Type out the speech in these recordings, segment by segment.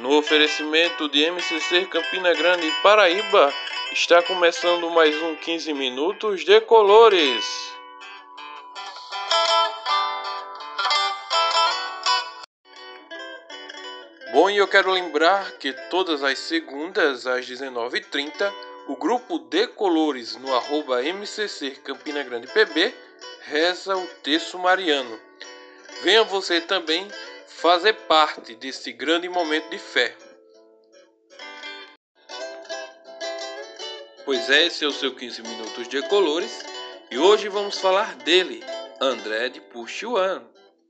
No oferecimento de MCC Campina Grande, Paraíba, está começando mais um 15 Minutos de Colores. Bom, e eu quero lembrar que todas as segundas às 19h30, o grupo de Colores no @MCC Campina Grande PB reza o Terço Mariano. Venha você também fazer parte desse grande momento de fé. Pois é, esse é o seu 15 Minutos de Colores e hoje vamos falar dele, André de Puxiuan.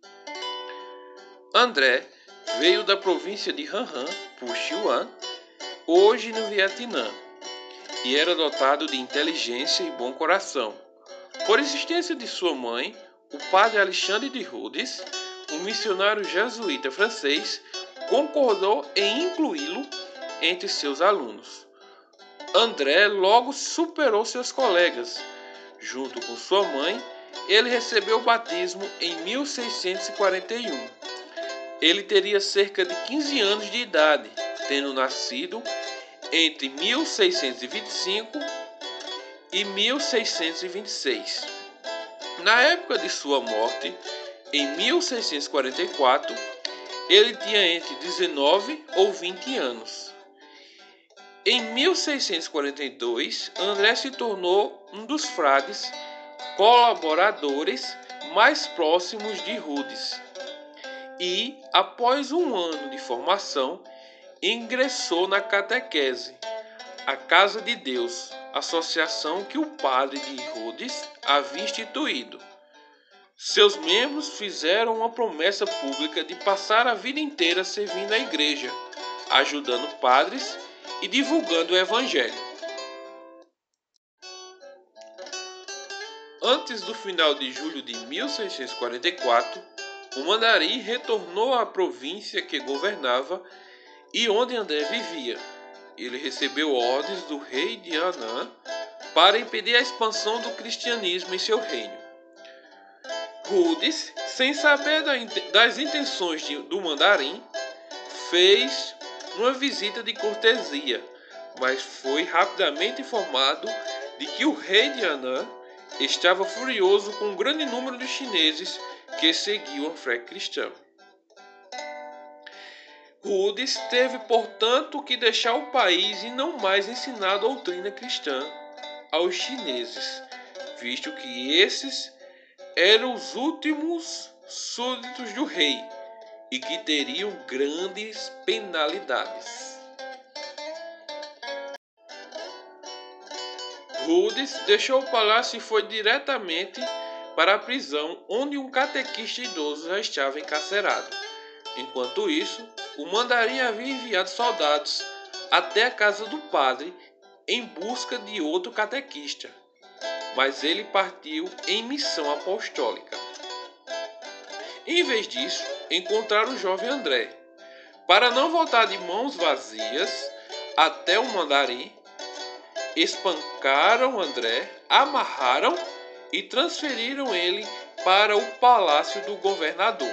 André veio da província de Hanhan, Puxiuan, hoje no Vietnã, e era dotado de inteligência e bom coração. Por insistência de sua mãe, o padre Alexandre de Rhodes, um missionário jesuíta francês, concordou em incluí-lo entre seus alunos. André logo superou seus colegas. Junto com sua mãe, ele recebeu o batismo em 1641. Ele teria cerca de 15 anos de idade, tendo nascido entre 1625 e 1626. Na época de sua morte, em 1644, ele tinha entre 19 ou 20 anos. Em 1642, André se tornou um dos frades colaboradores mais próximos de Rhodes e, após um ano de formação, ingressou na catequese, a Casa de Deus, associação que o padre de Rhodes havia instituído. Seus membros fizeram uma promessa pública de passar a vida inteira servindo a igreja, ajudando padres e divulgando o evangelho. Antes do final de julho de 1644, o mandarim retornou à província que governava e onde André vivia. Ele recebeu ordens do rei de Anã para impedir a expansão do cristianismo em seu reino. Rhodes, sem saber das intenções do mandarim, fez uma visita de cortesia, mas foi rapidamente informado de que o rei de Anã estava furioso com um grande número de chineses que seguiam a fé cristã. Rhodes teve, portanto, que deixar o país e não mais ensinar a doutrina cristã aos chineses, visto que esses eram os últimos súditos do rei e que teriam grandes penalidades. Rhodes deixou o palácio e foi diretamente para a prisão, onde um catequista idoso já estava encarcerado. Enquanto isso, o mandarim havia enviado soldados até a casa do padre em busca de outro catequista, mas ele partiu em missão apostólica. Em vez disso, encontraram o jovem André. Para não voltar de mãos vazias até o mandarim, espancaram André, amarraram e transferiram ele para o palácio do governador.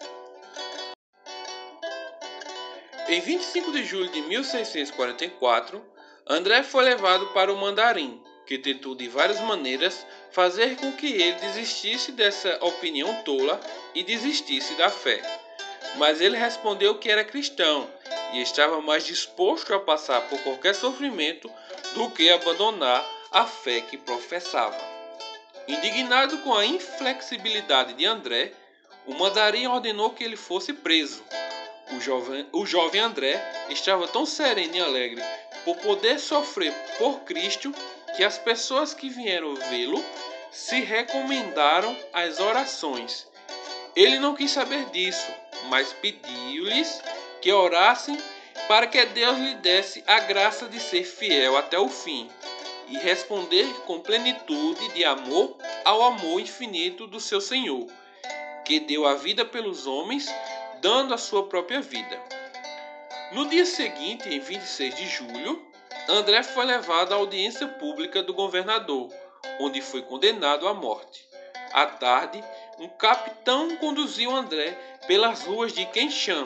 Em 25 de julho de 1644, André foi levado para o mandarim, que tentou de várias maneiras fazer com que ele desistisse dessa opinião tola e desistisse da fé. Mas ele respondeu que era cristão e estava mais disposto a passar por qualquer sofrimento do que abandonar a fé que professava. Indignado com a inflexibilidade de André, o mandarim ordenou que ele fosse preso. O jovem André estava tão sereno e alegre por poder sofrer por Cristo que as pessoas que vieram vê-lo se recomendaram às orações. Ele não quis saber disso, mas pediu-lhes que orassem para que Deus lhe desse a graça de ser fiel até o fim e responder com plenitude de amor ao amor infinito do seu Senhor, que deu a vida pelos homens, dando a sua própria vida. No dia seguinte, em 26 de julho, André foi levado à audiência pública do governador, onde foi condenado à morte. À tarde, um capitão conduziu André pelas ruas de Quenshan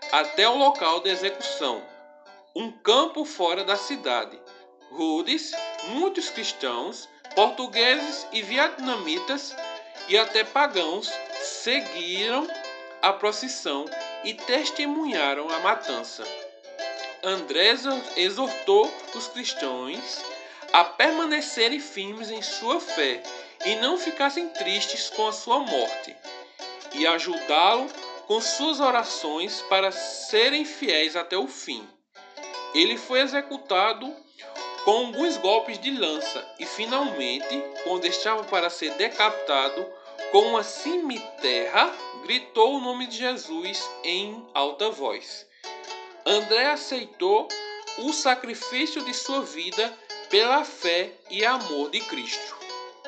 até o local de execução, um campo fora da cidade. Rudes, muitos cristãos, portugueses e vietnamitas e até pagãos seguiram a procissão e testemunharam a matança. André exortou os cristãos a permanecerem firmes em sua fé e não ficassem tristes com a sua morte, e ajudá-lo com suas orações para serem fiéis até o fim. Ele foi executado com alguns golpes de lança e finalmente, quando estava para ser decapitado, com uma cimitarra, gritou o nome de Jesus em alta voz. André aceitou o sacrifício de sua vida pela fé e amor de Cristo.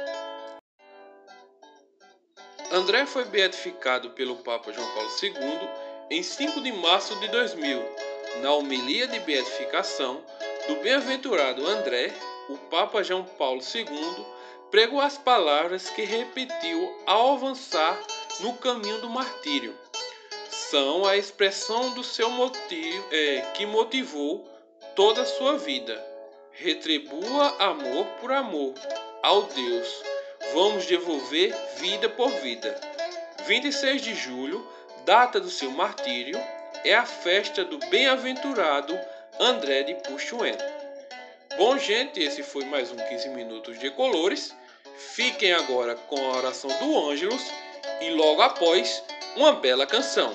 André foi beatificado pelo Papa João Paulo II em 5 de março de 2000. Na homilia de beatificação do bem-aventurado André, o Papa João Paulo II pregou as palavras que repetiu ao avançar no caminho do martírio. São a expressão do seu motivo, que motivou toda a sua vida. Retribua amor por amor ao Deus. Vamos devolver vida por vida. 26 de julho, data do seu martírio, é a festa do bem-aventurado André de Puxuan. Bom, gente, esse foi mais um 15 Minutos de Colores. Fiquem agora com a oração do Ângelus e logo após uma bela canção.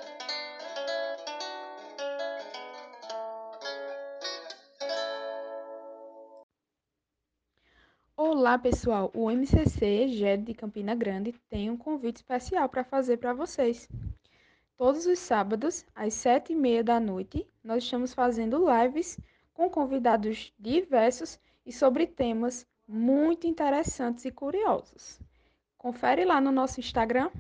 Olá, pessoal! O MCC GED de Campina Grande tem um convite especial para fazer para vocês. Todos os sábados, às 7h30 da noite, nós estamos fazendo lives com convidados diversos e sobre temas muito interessantes e curiosos. Confere lá no nosso Instagram.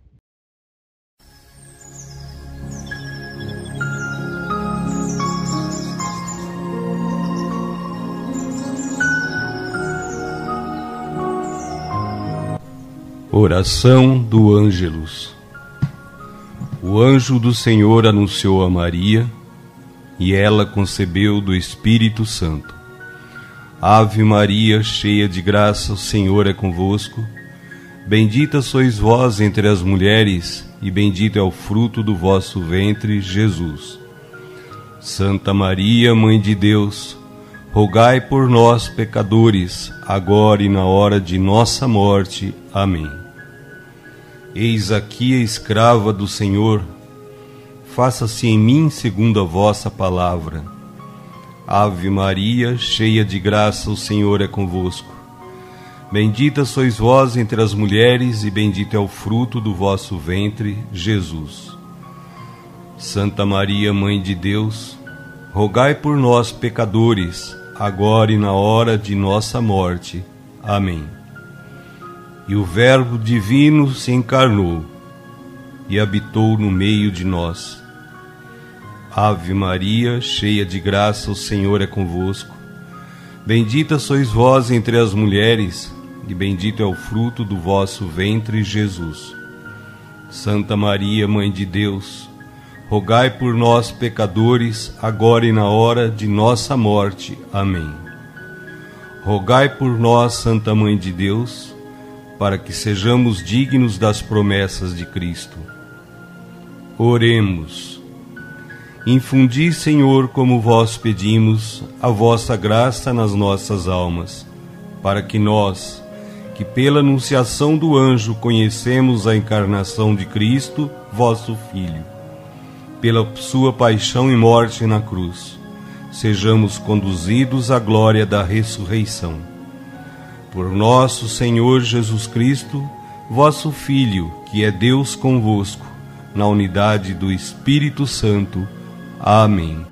Oração do Ângelus. O anjo do Senhor anunciou a Maria, e ela concebeu do Espírito Santo. Ave Maria, cheia de graça, o Senhor é convosco. Bendita sois vós entre as mulheres, e bendito é o fruto do vosso ventre, Jesus. Santa Maria, Mãe de Deus, rogai por nós, pecadores, agora e na hora de nossa morte. Amém. Eis aqui a escrava do Senhor, faça-se em mim segundo a vossa palavra. Ave Maria, cheia de graça, o Senhor é convosco. Bendita sois vós entre as mulheres, e bendito é o fruto do vosso ventre, Jesus. Santa Maria, Mãe de Deus, rogai por nós, pecadores, agora e na hora de nossa morte. Amém. E o Verbo divino se encarnou e habitou no meio de nós. Ave Maria, cheia de graça, o Senhor é convosco. Bendita sois vós entre as mulheres, e bendito é o fruto do vosso ventre, Jesus. Santa Maria, Mãe de Deus, rogai por nós, pecadores, agora e na hora de nossa morte. Amém. Rogai por nós, Santa Mãe de Deus, para que sejamos dignos das promessas de Cristo. Oremos. Infundi, Senhor, como vós pedimos, a vossa graça nas nossas almas, para que nós, que pela anunciação do anjo conhecemos a encarnação de Cristo, vosso Filho, pela sua paixão e morte na cruz, sejamos conduzidos à glória da ressurreição. Por nosso Senhor Jesus Cristo, vosso Filho, que é Deus convosco, na unidade do Espírito Santo. Amém.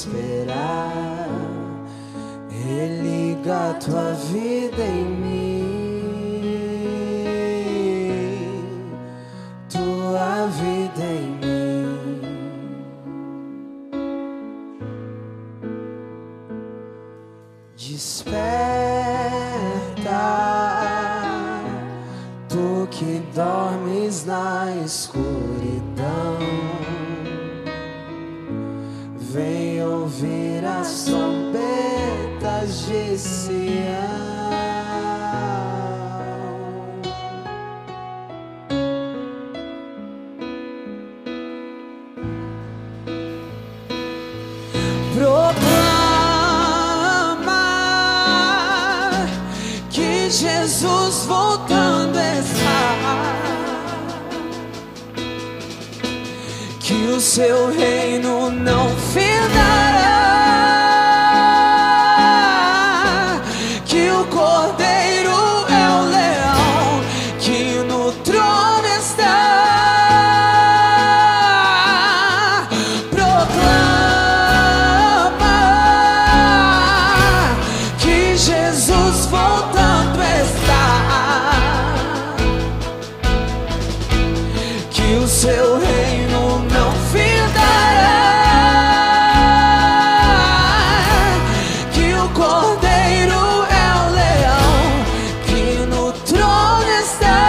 esperar. Religa a tua vida em mim, tua vida em mim. Desperta, tu que dormes na escuridão, vem ouvir as trombetas de Sião. Proclama que Jesus voltando está, que o seu reino não findará, que o Cordeiro é o leão que no trono está. Proclama que Jesus voltando está, que o seu reino não findará, que o Cordeiro é o leão que no trono está.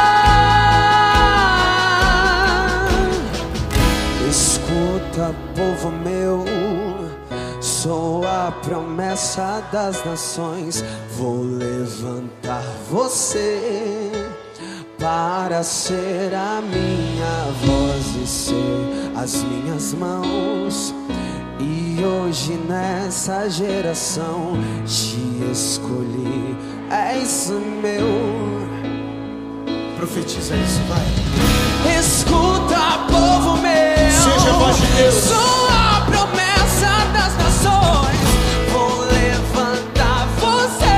Escuta, povo meu, sou a promessa das nações. Vou levantar você para ser a minha voz e ser as minhas mãos. E hoje nessa geração te escolhi, és meu. Profetiza isso, vai. Escuta, povo meu, seja a voz de Deus. Sou a promessa das nações. Vou levantar você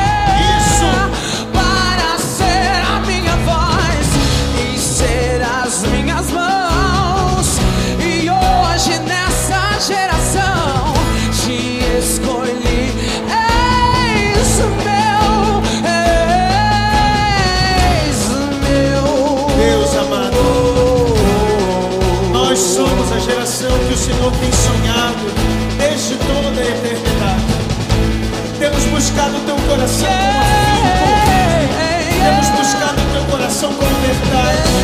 para ser a minha voz e ser as minhas mãos. E hoje nessa geração te escolhi, eis meu, eis meu. Deus amado, nós somos a geração que o Senhor tem sonhado desde toda a eternidade. Temos buscado o teu coração como afinco, temos buscado o teu coração como verdade.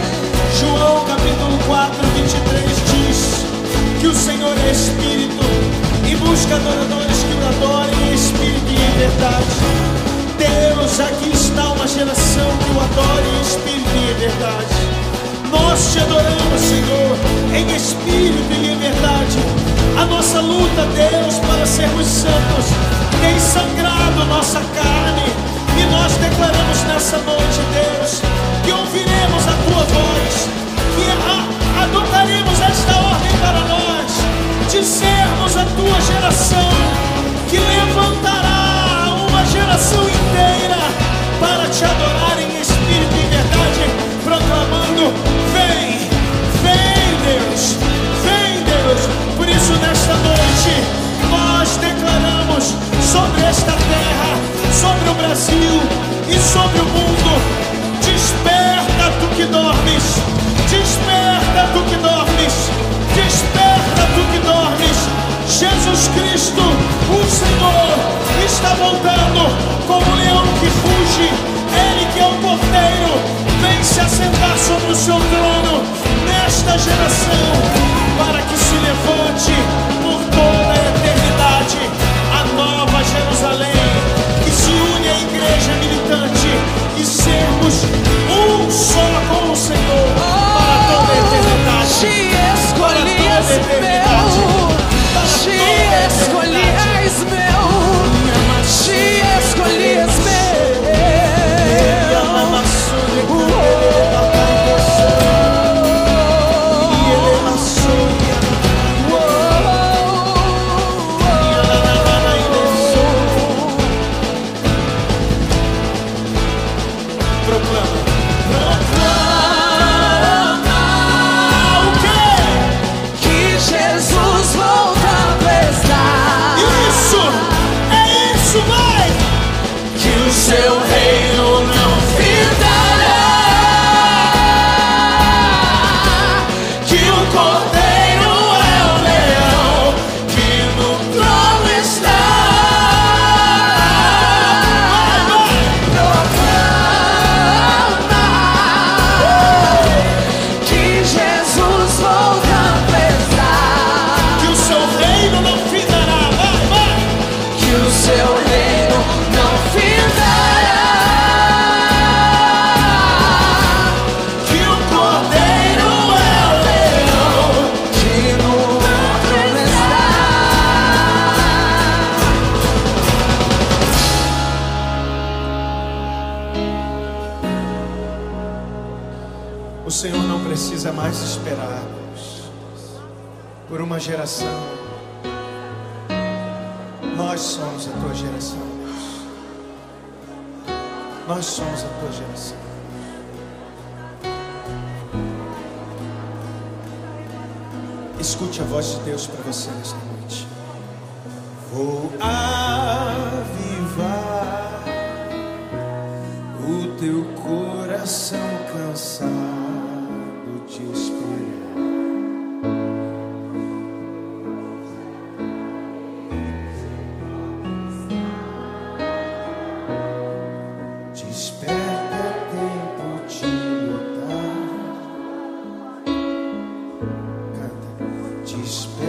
João capítulo 4, 23 diz que o Senhor é Espírito e busca adoradores que o adorem em Espírito e em verdade. Deus, aqui está uma geração que o adore em Espírito e em verdade. Nós te adoramos, Senhor, em Espírito e em verdade. A nossa luta, Deus, para sermos santos tem sangrado nossa carne, e nós declaramos nessa noite, Deus, que ouviremos a tua voz, que adotaremos esta ordem para nós, de sermos a tua geração, que levantará uma geração inteira para te adorar em Espírito e em verdade, proclamando: vem, vem Deus, vem Deus. Por isso nesta noite nós declaramos sobre esta terra, sobre o Brasil e sobre o mundo: desperta tu que dormes, desperta tu que dormes, desperta tu que dormes. Jesus Cristo, o Senhor, está voltando como um leão que fuge. Ele que é o Cordeiro vem se assentar sobre o seu trono nesta geração, para que se levante por toda a eternidade a nova Jerusalém, que se une à igreja militante e sermos um só com o Senhor para toda a eternidade. Te escolhi, és meu. Te escolhi, és meu. Te escolhi, és meu. Proclama. isso, vai! que o seu reino não findará, que o Cordeiro é o leão que no trono está. Proclama que Jesus volta a pesar, Que o seu reino não findará, vai, vai! que o seu reino não findará, que o Cordeiro é o leão que no trono está. O Senhor não precisa mais esperarmos por uma geração. Nós somos a tua geração, Deus. Nós somos a tua geração. Escute a voz de Deus para você nesta noite. Vou avivar o teu coração cansado de esperar. Desperta, é tempo de lutar. Canta. Desperta.